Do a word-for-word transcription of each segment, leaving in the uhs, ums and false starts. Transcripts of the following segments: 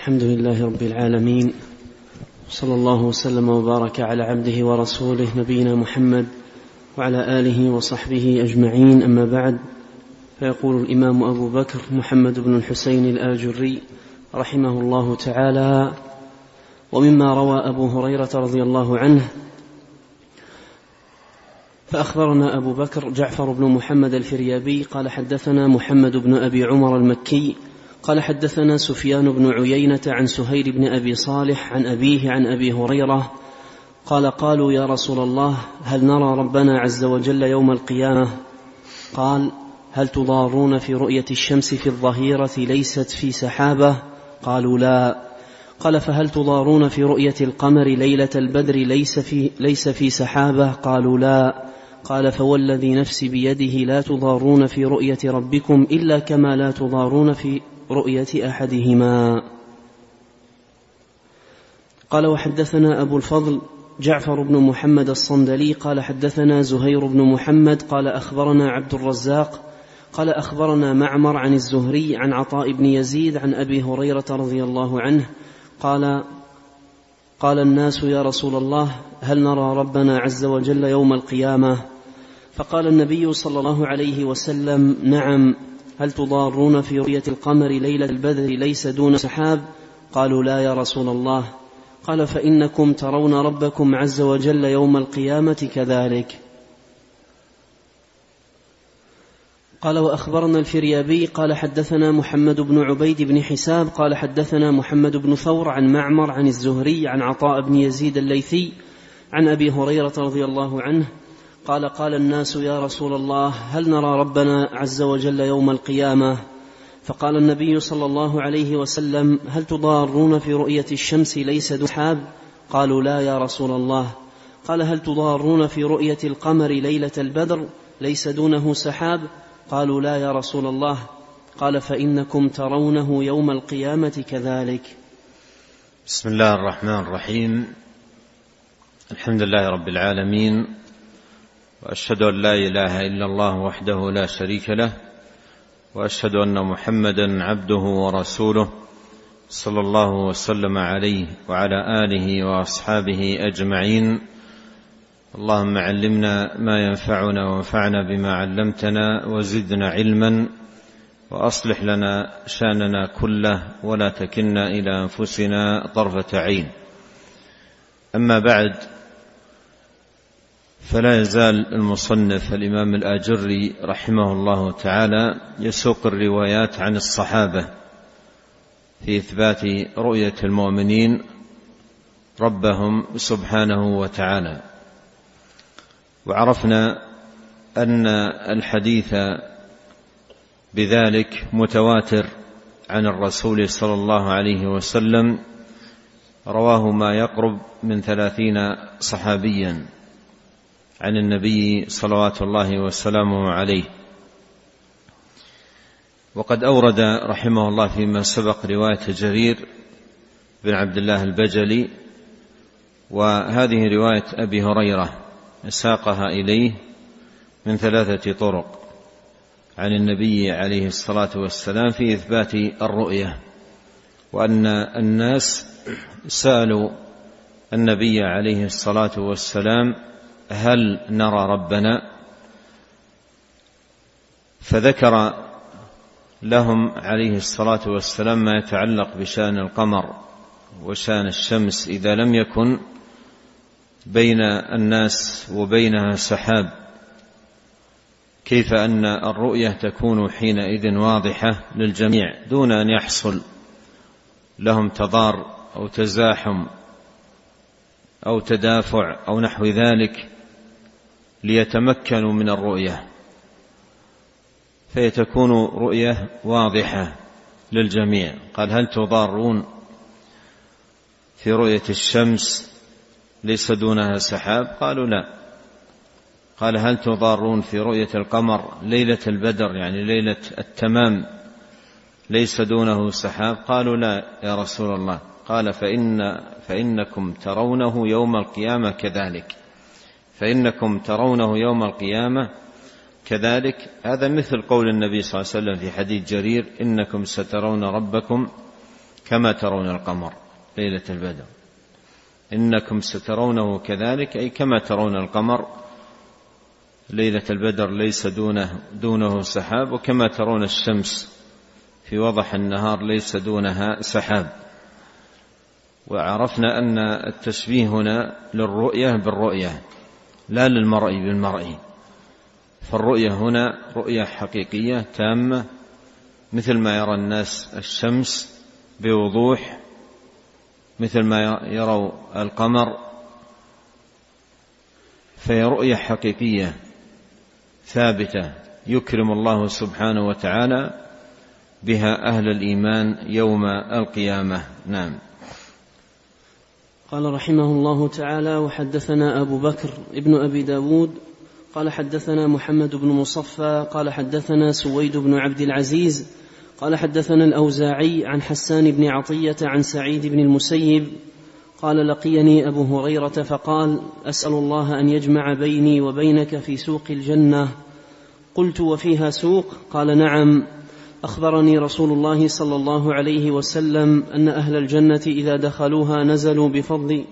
الحمد لله رب العالمين، صلى الله وسلم وبارك على عبده ورسوله نبينا محمد وعلى آله وصحبه أجمعين. أما بعد، فيقول الإمام أبو بكر محمد بن الحسين الآجري رحمه الله تعالى: ومما روى أبو هريرة رضي الله عنه: فأخبرنا أبو بكر جعفر بن محمد الفريابي قال حدثنا محمد بن أبي عمر المكي قال حدثنا سفيان بن عيينة عن سهيل بن أبي صالح عن أبيه عن أبي هريرة قال: قالوا يا رسول الله هل نرى ربنا عز وجل يوم القيامة؟ قال: هل تضارون في رؤية الشمس في الظهيرة ليست في سحابة؟ قالوا لا. قال: فهل تضارون في رؤية القمر ليلة البدر ليس في, ليس في سحابة؟ قالوا لا. قال: فوالذي نفسي بيده لا تضارون في رؤية ربكم إلا كما لا تضارون في رؤية أحدهما. قال: وحدثنا أبو الفضل جعفر بن محمد الصندلي قال حدثنا زهير بن محمد قال أخبرنا عبد الرزاق قال أخبرنا معمر عن الزهري عن عطاء بن يزيد عن أبي هريرة رضي الله عنه قال: قال الناس يا رسول الله هل نرى ربنا عز وجل يوم القيامة؟ فقال النبي صلى الله عليه وسلم: نعم. هل تضارون في رؤية القمر ليلة البدر ليس دون سحاب؟ قالوا لا يا رسول الله. قال: فإنكم ترون ربكم عز وجل يوم القيامة كذلك. قال: وأخبرنا الفريابي قال حدثنا محمد بن عبيد بن حساب قال حدثنا محمد بن ثور عن معمر عن الزهري عن عطاء بن يزيد الليثي عن أبي هريرة رضي الله عنه قال: قال الناس يا رسول الله هل نرى ربنا عز وجل يوم القيامة؟ فقال النبي صلى الله عليه وسلم: هل تضارون في رؤية الشمس ليس دون سحاب؟ قالوا لا يا رسول الله. قال: هل تضارون في رؤية القمر ليلة البدر ليس دونه سحاب؟ قالوا لا يا رسول الله. قال: فإنكم ترونه يوم القيامة كذلك. بسم الله الرحمن الرحيم. الحمد لله رب العالمين، وأشهد أن لا إله إلا الله وحده لا شريك له، وأشهد أن محمدا عبده ورسوله صلى الله وسلم عليه وعلى آله وأصحابه أجمعين. اللهم علمنا ما ينفعنا وانفعنا بما علمتنا وزدنا علما، وأصلح لنا شأننا كله ولا تكلنا إلى أنفسنا طرفة عين. أما بعد، فلا يزال المصنف الإمام الآجري رحمه الله تعالى يسوق الروايات عن الصحابة في إثبات رؤية المؤمنين ربهم سبحانه وتعالى. وعرفنا أن الحديث بذلك متواتر عن الرسول صلى الله عليه وسلم، رواه ما يقرب من ثلاثين صحابيا عن النبي صلوات الله وسلامه عليه. وقد أورد رحمه الله فيما سبق رواية جرير بن عبد الله البجلي، وهذه رواية أبي هريرة ساقها إليه من ثلاثة طرق عن النبي عليه الصلاة والسلام في إثبات الرؤية، وأن الناس سألوا النبي عليه الصلاة والسلام: هل نرى ربنا؟ فذكر لهم عليه الصلاة والسلام ما يتعلق بشأن القمر وشأن الشمس إذا لم يكن بين الناس وبينها سحاب، كيف أن الرؤية تكون حينئذ واضحة للجميع دون أن يحصل لهم تضار أو تزاحم أو تدافع أو نحو ذلك ليتمكنوا من الرؤية، فيتكون رؤية واضحة للجميع. قال: هل تضارون في رؤية الشمس ليس دونها سحاب؟ قالوا لا. قال: هل تضارون في رؤية القمر ليلة البدر يعني ليلة التمام ليس دونه سحاب؟ قالوا لا يا رسول الله. قال: فإن فإنكم ترونه يوم القيامة كذلك. فإنكم ترونه يوم القيامة كذلك. هذا مثل قول النبي صلى الله عليه وسلم في حديث جرير: إنكم سترون ربكم كما ترون القمر ليلة البدر، إنكم سترونه كذلك أي كما ترون القمر ليلة البدر ليس دونه, دونه سحاب، وكما ترون الشمس في وضح النهار ليس دونها سحاب. وعرفنا أن التشبيه هنا للرؤية بالرؤية لا للمرء بالمرء، فالرؤية هنا رؤية حقيقية تامة مثل ما يرى الناس الشمس بوضوح، مثل ما يروا القمر، فهي رؤية حقيقية ثابتة يكرم الله سبحانه وتعالى بها أهل الإيمان يوم القيامة. نعم. قال رحمه الله تعالى: وحدثنا أبو بكر ابن أبي داود قال حدثنا محمد بن مصفى قال حدثنا سويد بن عبد العزيز قال حدثنا الأوزاعي عن حسان بن عطية عن سعيد بن المسيب قال: لقيني أبو هريرة فقال: أسأل الله أن يجمع بيني وبينك في سوق الجنة. قلت: وفيها سوق؟ قال: نعم. أخبرني رسول الله صلى الله عليه وسلم أن أهل الجنة إذا دخلوها نزلوا بفضل,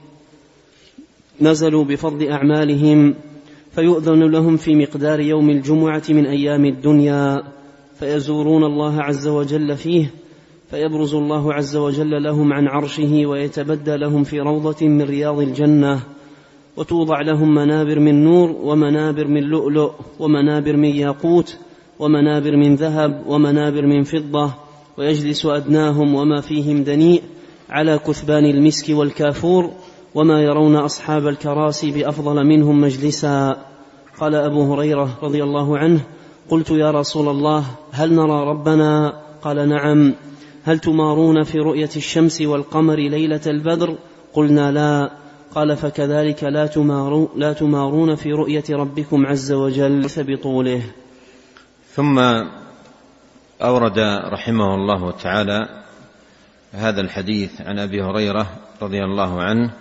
نزلوا بفضل أعمالهم، فيؤذن لهم في مقدار يوم الجمعة من أيام الدنيا، فيزورون الله عز وجل فيه، فيبرز الله عز وجل لهم عن عرشه ويتبدى لهم في روضة من رياض الجنة، وتوضع لهم منابر من نور ومنابر من لؤلؤ ومنابر من ياقوت ومنابر من ذهب ومنابر من فضة، ويجلس أدناهم وما فيهم دنيء على كثبان المسك والكافور، وما يرون أصحاب الكراسي بأفضل منهم مجلسا. قال أبو هريرة رضي الله عنه: قلت: يا رسول الله، هل نرى ربنا؟ قال: نعم. هل تمارون في رؤية الشمس والقمر ليلة البدر؟ قلنا: لا. قال: فكذلك لا, تمارو لا تمارون في رؤية ربكم عز وجل بطوله. ثم أورد رحمه الله تعالى هذا الحديث عن أبي هريرة رضي الله عنه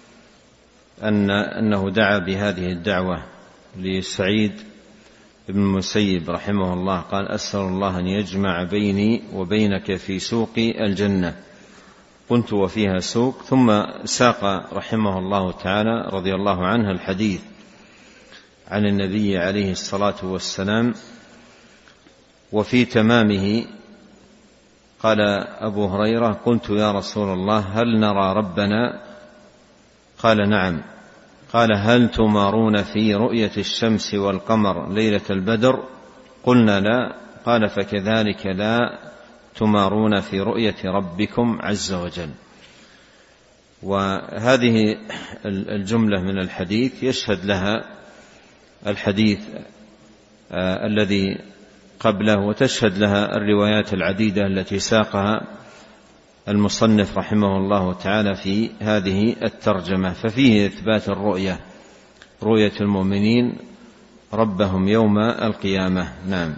أن أنه دعا بهذه الدعوة لسعيد بن المسيب رحمه الله، قال: أسأل الله أن يجمع بيني وبينك في سوق الجنة. قلت: وفيها سوق؟ ثم ساق رحمه الله تعالى رضي الله عنه الحديث عن النبي عليه الصلاة والسلام، وفي تمامه قال أبو هريرة: قلت: يا رسول الله، هل نرى ربنا؟ قال: نعم. قال: هل تمارون في رؤية الشمس والقمر ليلة البدر؟ قلنا: لا. قال: فكذلك لا تمارون في رؤية ربكم عز وجل. وهذه الجملة من الحديث يشهد لها الحديث آه الذي قبله، وتشهد لها الروايات العديدة التي ساقها المصنف رحمه الله تعالى في هذه الترجمة. ففيه إثبات الرؤية، رؤية المؤمنين ربهم يوم القيامة. نعم.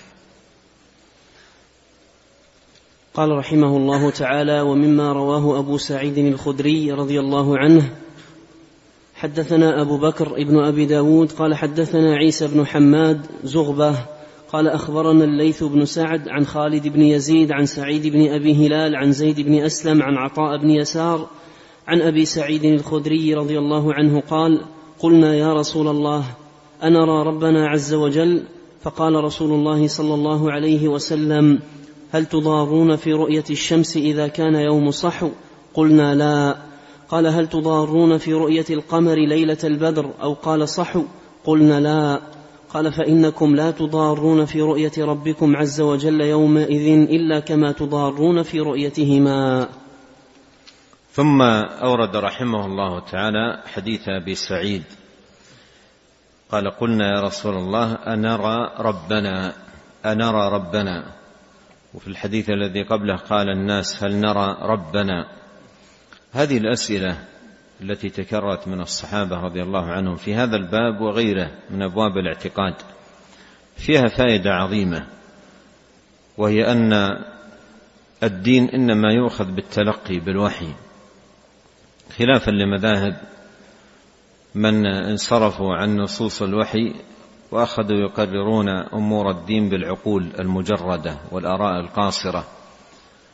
قال رحمه الله تعالى: ومما رواه أبو سعيد الخدري رضي الله عنه حدثنا أبو بكر ابن أبي داود قال حدثنا عيسى بن حماد زغبة قال أخبرنا الليث بن سعد عن خالد بن يزيد عن سعيد بن أبي هلال عن زيد بن أسلم عن عطاء بن يسار عن أبي سعيد الخدري رضي الله عنه قال: قلنا: يا رسول الله، أنرى ربنا عز وجل؟ فقال رسول الله صلى الله عليه وسلم: هل تضارون في رؤية الشمس إذا كان يوم صحو؟ قلنا: لا. قال: هل تضارون في رؤية القمر ليلة البدر؟ أو قال صحو؟ قلنا: لا. قال: فإنكم لا تضارون في رؤية ربكم عز وجل يومئذ إلا كما تضارون في رؤيتهما. ثم أورد رحمه الله تعالى حديث أبي سعيد قال: قلنا: يا رسول الله، أنرى ربنا أنرى ربنا. وفي الحديث الذي قبله قال الناس: هل نرى ربنا؟ هذه الأسئلة التي تكررت من الصحابة رضي الله عنهم في هذا الباب وغيره من أبواب الاعتقاد فيها فائدة عظيمة، وهي أن الدين إنما يؤخذ بالتلقي بالوحي، خلافا لمذاهب من انصرفوا عن نصوص الوحي وأخذوا يقررون أمور الدين بالعقول المجردة والآراء القاصرة.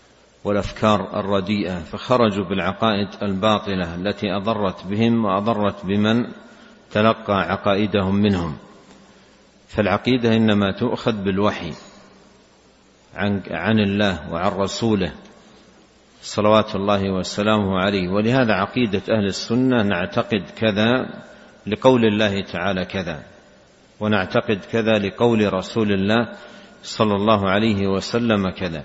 والأفكار الرديئة، فخرجوا بالعقائد الباطلة التي أضرت بهم وأضرت بمن تلقى عقائدهم منهم. فالعقيدة إنما تؤخذ بالوحي عن, عن الله وعن رسوله صلوات الله وسلامه عليه. ولهذا عقيدة أهل السنة نعتقد كذا لقول الله تعالى كذا، ونعتقد كذا لقول رسول الله صلى الله عليه وسلم كذا.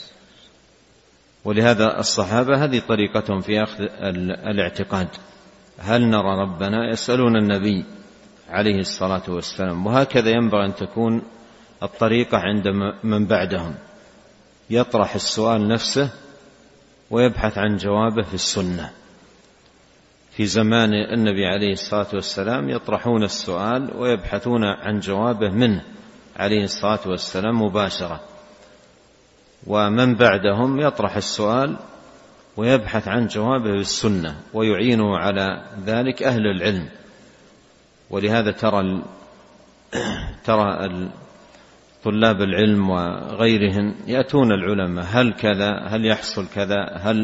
ولهذا الصحابة هذه طريقتهم في أخذ الاعتقاد. هل نرى ربنا؟ يسألون النبي عليه الصلاة والسلام. وهكذا ينبغي أن تكون الطريقة عند من بعدهم، يطرح السؤال نفسه ويبحث عن جوابه في السنة. في زمان النبي عليه الصلاة والسلام يطرحون السؤال ويبحثون عن جوابه منه عليه الصلاة والسلام مباشرة، ومن بعدهم يطرح السؤال ويبحث عن جوابه بالسنة، ويعينه على ذلك أهل العلم. ولهذا ترى ال... ترى طلاب العلم وغيرهم يأتون العلماء، هل كذا، هل يحصل كذا، هل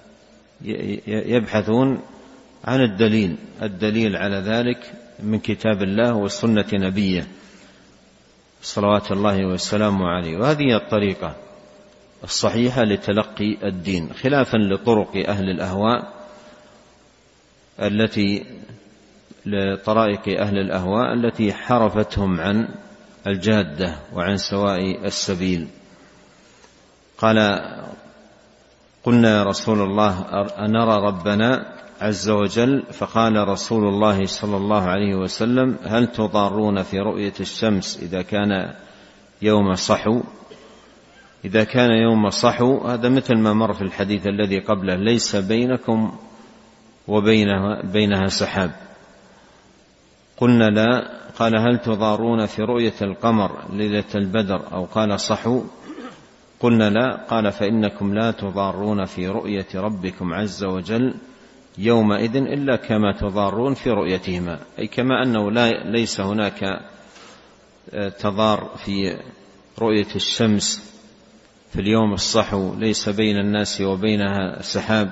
يبحثون عن الدليل الدليل على ذلك من كتاب الله وسنة نبيه صلوات الله وسلامه عليه. وهذه الطريقة الصحيحة لتلقي الدين، خلافا لطرق أهل الأهواء التي لطرائق أهل الأهواء التي حرفتهم عن الجادة وعن سواء السبيل. قال: قلنا يا رسول الله أنرى ربنا عز وجل؟ فقال رسول الله صلى الله عليه وسلم: هل تضارون في رؤية الشمس إذا كان يوم صحو؟ إذا كان يوم صحو هذا مثل ما مر في الحديث الذي قبله: ليس بينكم وبينها بينها سحاب. قلنا لا. قال: هل تضارون في رؤية القمر ليلة البدر أو قال صحو؟ قلنا لا. قال: فإنكم لا تضارون في رؤية ربكم عز وجل يومئذ إلا كما تضارون في رؤيتهما، أي كما أنه لا ليس هناك تضار في رؤية الشمس في اليوم الصحو، ليس بين الناس وبينها سحاب،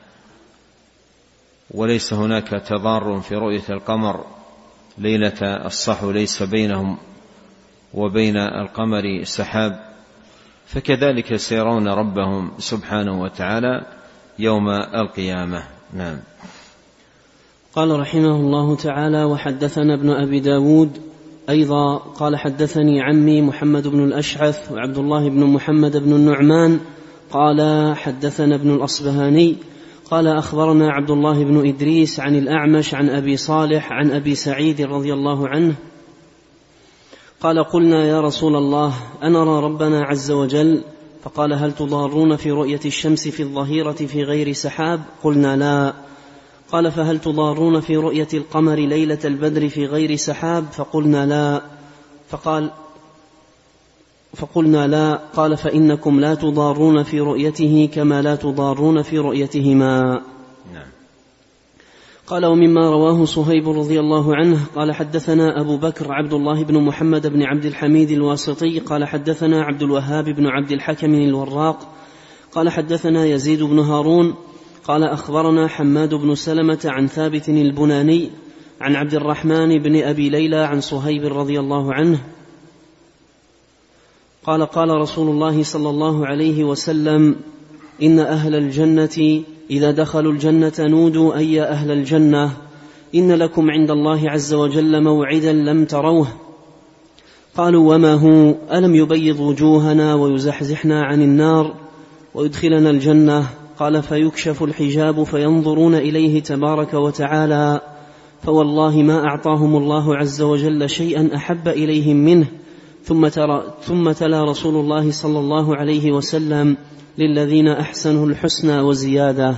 وليس هناك تضار في رؤية القمر ليلة الصحو، ليس بينهم وبين القمر سحاب، فكذلك سيرون ربهم سبحانه وتعالى يوم القيامة. نعم. قال رحمه الله تعالى: وحدثنا ابن أبي داود أيضا قال: حدثني عمي محمد بن الأشعث وعبد الله بن محمد بن النعمان قال: حدثنا ابن الأصبهاني قال: أخبرنا عبد الله بن إدريس عن الأعمش عن أبي صالح عن أبي سعيد رضي الله عنه قال: قلنا يا رسول الله أنرى ربنا عز وجل؟ فقال: هل تضارون في رؤية الشمس في الظهيرة في غير سحاب؟ قلنا لا. قال: فهل تضارون في رؤية القمر ليلة البدر في غير سحاب؟ فقلنا لا. فقال فقلنا لا. قال: فإنكم لا تضارون في رؤيته كما لا تضارون في رؤيتهما. نعم. قال: ومما رواه صهيب رضي الله عنه قال: حدثنا أبو بكر عبد الله بن محمد بن عبد الحميد الواسطي قال: حدثنا عبد الوهاب بن عبد الحكم الوراق قال: حدثنا يزيد بن هارون قال: أخبرنا حماد بن سلمة عن ثابت البناني عن عبد الرحمن بن أبي ليلى عن صهيب رضي الله عنه قال: قال رسول الله صلى الله عليه وسلم: إن أهل الجنة إذا دخلوا الجنة نودوا أي يا أهل الجنة إن لكم عند الله عز وجل موعدا لم تروه. قالوا: وما هو؟ ألم يبيض وجوهنا ويزحزحنا عن النار ويدخلنا الجنة؟ قال: فيكشف الحجاب فينظرون إليه تبارك وتعالى، فوالله ما أعطاهم الله عز وجل شيئا أحب إليهم منه. ثم, ترى ثم تلا رسول الله صلى الله عليه وسلم: للذين أحسنوا الحسنى وزيادة.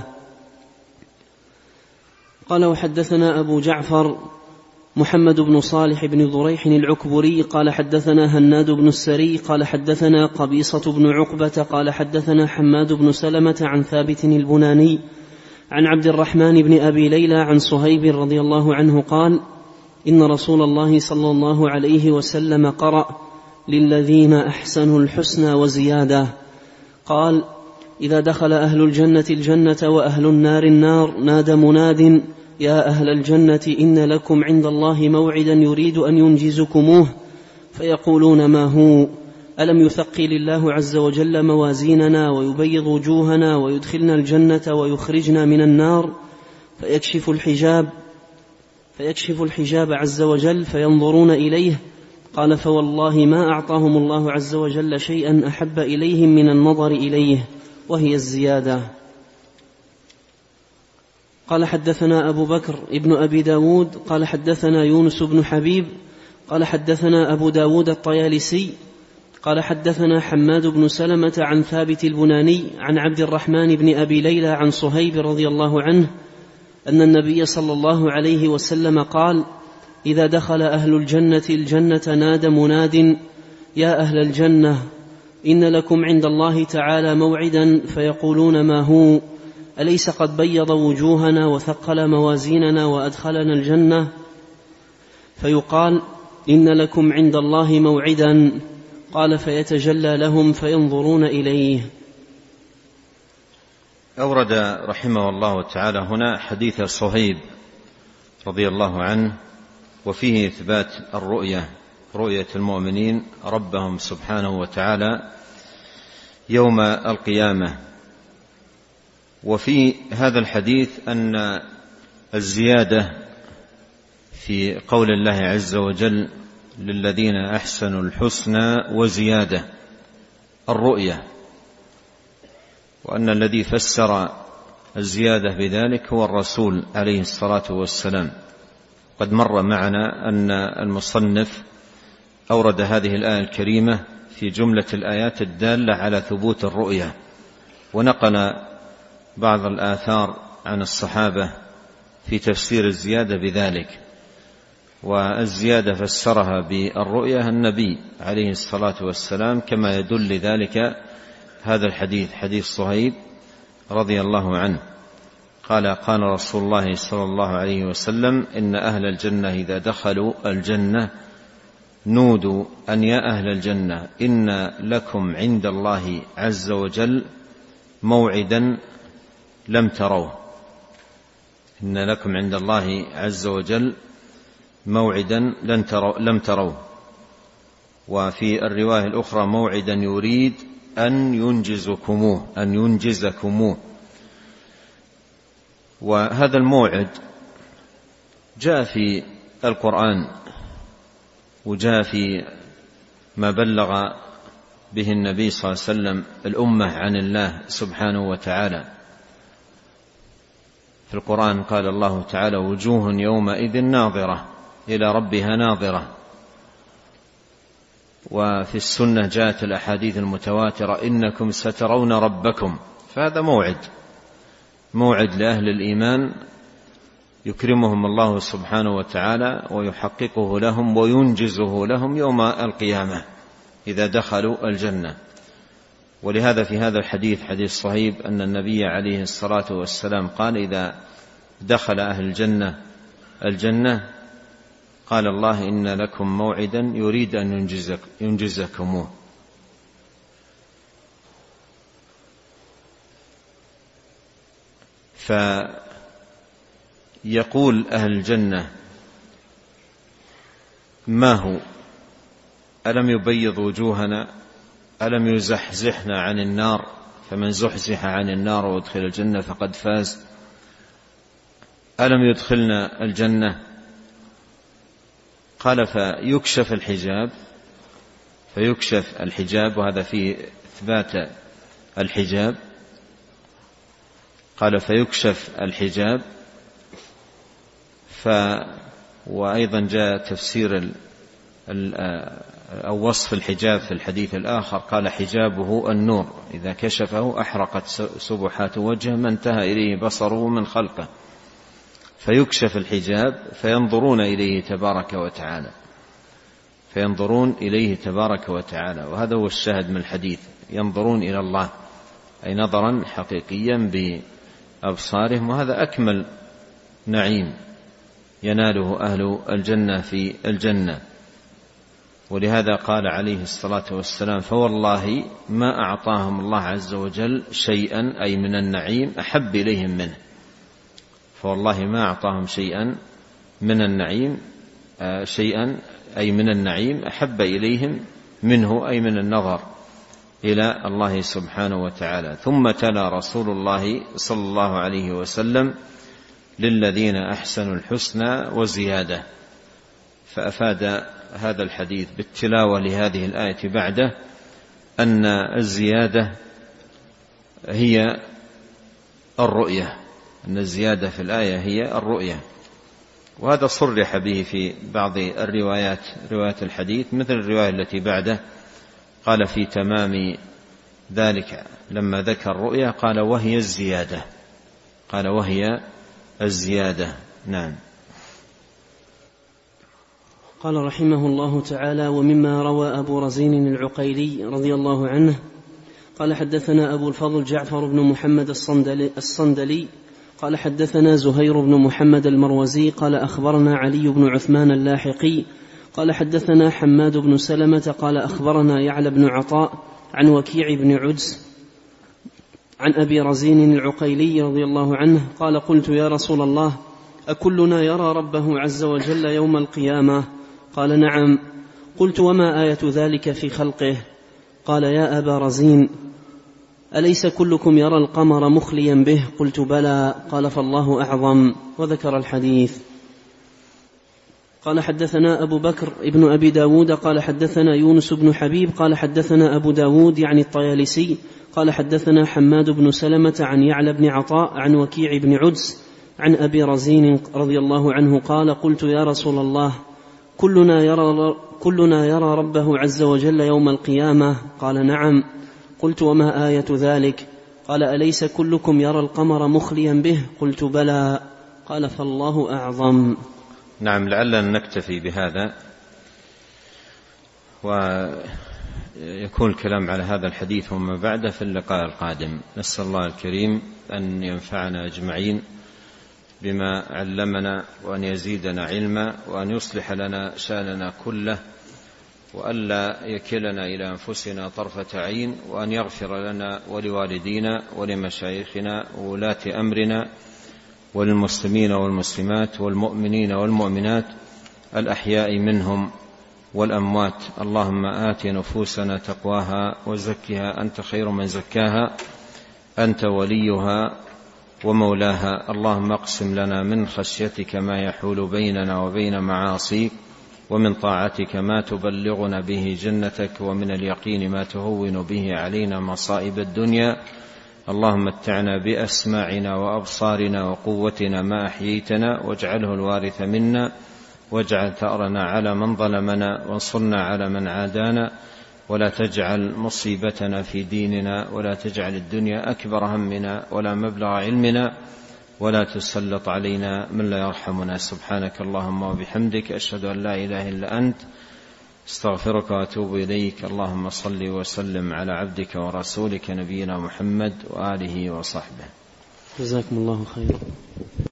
قال: وحدثنا أبو جعفر محمد بن صالح بن ضريح العكبري قال: حدثنا هناد بن السري قال: حدثنا قبيصة بن عقبة قال: حدثنا حماد بن سلمة عن ثابت البناني عن عبد الرحمن بن أبي ليلى عن صهيب رضي الله عنه قال: إن رسول الله صلى الله عليه وسلم قرأ: للذين أحسنوا الحسنى وزيادة. قال: إذا دخل أهل الجنة الجنة وأهل النار النار نادى مناد يا أهل الجنة إن لكم عند الله موعدا يريد أن ينجزكموه فيقولون ما هو ألم يثقل الله عز وجل موازيننا ويبيض وجوهنا ويدخلنا الجنة ويخرجنا من النار فيكشف الحجاب فيكشف الحجاب عز وجل فينظرون إليه. قال فوالله ما أعطاهم الله عز وجل شيئا أحب إليهم من النظر إليه وهي الزيادة. قال حدثنا أبو بكر ابن أبي داود قال حدثنا يونس بن حبيب قال حدثنا أبو داود الطيالسي قال حدثنا حماد بن سلمة عن ثابت البناني عن عبد الرحمن بن أبي ليلى عن صهيب رضي الله عنه أن النبي صلى الله عليه وسلم قال إذا دخل أهل الجنة الجنة نادى مناد يا أهل الجنة إن لكم عند الله تعالى موعدا فيقولون ما هو أليس قد بيض وجوهنا وثقل موازيننا وأدخلنا الجنة فيقال إن لكم عند الله موعدا قال فيتجلى لهم فينظرون إليه. أورد رحمه الله تعالى هنا حديث صهيب رضي الله عنه وفيه إثبات الرؤية رؤية المؤمنين ربهم سبحانه وتعالى يوم القيامة. وفي هذا الحديث أن الزيادة في قول الله عز وجل للذين أحسنوا الحسنى وزيادة الرؤية، وأن الذي فسر الزيادة بذلك هو الرسول عليه الصلاة والسلام. قد مر معنا أن المصنف أورد هذه الآية الكريمة في جملة الآيات الدالة على ثبوت الرؤية، ونقل بعض الآثار عن الصحابة في تفسير الزيادة بذلك. والزيادة فسرها بالرؤية النبي عليه الصلاة والسلام كما يدل ذلك هذا الحديث حديث صهيب رضي الله عنه قال قال رسول الله صلى الله عليه وسلم إن أهل الجنة إذا دخلوا الجنة نودوا أن يا أهل الجنة إن لكم عند الله عز وجل موعدا لم تروه إن لكم عند الله عز وجل موعدا لم تروه. وفي الرواية الأخرى موعدا يريد أن ينجزكموه أن ينجزكموه. وهذا الموعد جاء في القرآن وجاء في ما بلغ به النبي صلى الله عليه وسلم الأمة عن الله سبحانه وتعالى. في القرآن قال الله تعالى وجوه يومئذ ناظرة إلى ربها ناظرة. وفي السنة جاءت الأحاديث المتواترة إنكم سترون ربكم. فهذا موعد موعد لأهل الإيمان يكرمهم الله سبحانه وتعالى ويحققه لهم وينجزه لهم يوم القيامة إذا دخلوا الجنة. ولهذا في هذا الحديث حديث صهيب أن النبي عليه الصلاة والسلام قال إذا دخل أهل الجنة الجنة قال الله إن لكم موعدا يريد أن ينجزك ينجزكموه. فيقول أهل الجنة ما هو ألم يبيض وجوهنا ألم يزحزحنا عن النار فمن زحزح عن النار وادخل الجنة فقد فاز ألم يدخلنا الجنة. قال فيكشف الحجاب فيكشف الحجاب وهذا فيه إثبات الحجاب. قال فيكشف الحجاب. ف وأيضا جاء تفسير ال... ال... أو وصف الحجاب في الحديث الآخر قال حجابه النور إذا كشفه أحرقت سبحات وجهه ما انتهى إليه بصره من خلقه. فيكشف الحجاب فينظرون إليه تبارك وتعالى فينظرون إليه تبارك وتعالى. وهذا هو الشاهد من الحديث ينظرون إلى الله أي نظرا حقيقيا بأبصارهم. وهذا أكمل نعيم يناله أهل الجنة في الجنة. ولهذا قال عليه الصلاة والسلام: فوالله ما أعطاهم الله عز وجل شيئا أي من النعيم أحب إليهم منه. فوالله ما أعطاهم شيئا من النعيم شيئا أي من النعيم أحب إليهم منه أي من النظر إلى الله سبحانه وتعالى. ثم تلا رسول الله صلى الله عليه وسلم: للذين أحسنوا الحسنى وزيادة. فأفاد هذا الحديث بالتلاوة لهذه الآية بعده أن الزيادة هي الرؤية، أن الزيادة في الآية هي الرؤية، وهذا صرح به في بعض الروايات، روايات الحديث، مثل الرواية التي بعده قال في تمام ذلك لما ذكر الرؤية قال: وهي الزيادة، قال وهي الزيادة. نعم. قال رحمه الله تعالى: ومما روى أبو رزين العقيلي رضي الله عنه قال حدثنا أبو الفضل جعفر بن محمد الصندلي, الصندلي قال حدثنا زهير بن محمد المروزي قال أخبرنا علي بن عثمان اللاحقي قال حدثنا حماد بن سلمة قال أخبرنا يعلى بن عطاء عن وكيع بن عجز عن أبي رزين العقيلي رضي الله عنه قال: قلت يا رسول الله أكلنا يرى ربه عز وجل يوم القيامة؟ قال: نعم. قلت: وما آية ذلك في خلقه؟ قال: يا أبا رزين أليس كلكم يرى القمر مخليا به؟ قلت: بلى. قال: فالله أعظم. وذكر الحديث. قال حدثنا أبو بكر ابن أبي داود قال حدثنا يونس بن حبيب قال حدثنا أبو داود يعني الطيالسي قال حدثنا حماد بن سلمة عن يعلى بن عطاء عن وكيع بن عجز عن أبي رزين رضي الله عنه قال: قلت يا رسول الله كلنا يرى, كلنا يرى ربه عز وجل يوم القيامة؟ قال: نعم. قلت: وما آية ذلك؟ قال: أليس كلكم يرى القمر مخليا به؟ قلت: بلى. قال: فالله أعظم. نعم. لعلنا نكتفي بهذا ويكون الكلام على هذا الحديث وما بعده في اللقاء القادم. نسأل الله الكريم أن ينفعنا أجمعين بما علمنا وأن يزيدنا علما وأن يصلح لنا شأننا كله وألا يكلنا إلى أنفسنا طرفة عين وأن يغفر لنا ولوالدينا ولمشايخنا وولاة أمرنا وللمسلمين والمسلمات والمؤمنين والمؤمنات الأحياء منهم والأموات. اللهم آت نفوسنا تقواها وزكها أنت خير من زكاها أنت وليها ومولاها. اللهم اقسم لنا من خشيتك ما يحول بيننا وبين معاصيك ومن طاعتك ما تبلغنا به جنتك ومن اليقين ما تهون به علينا مصائب الدنيا. اللهم متعنا بأسماعنا وأبصارنا وقوتنا ما أحييتنا واجعله الوارث منا واجعل ثأرنا على من ظلمنا وانصرنا على من عادانا ولا تجعل مصيبتنا في ديننا ولا تجعل الدنيا أكبر همنا ولا مبلغ علمنا ولا تسلط علينا من لا يرحمنا. سبحانك اللهم وبحمدك أشهد أن لا إله إلا أنت استغفرك وأتوب إليك. اللهم صل وسلم على عبدك ورسولك نبينا محمد وآله وصحبه. جزاكم الله خيرا.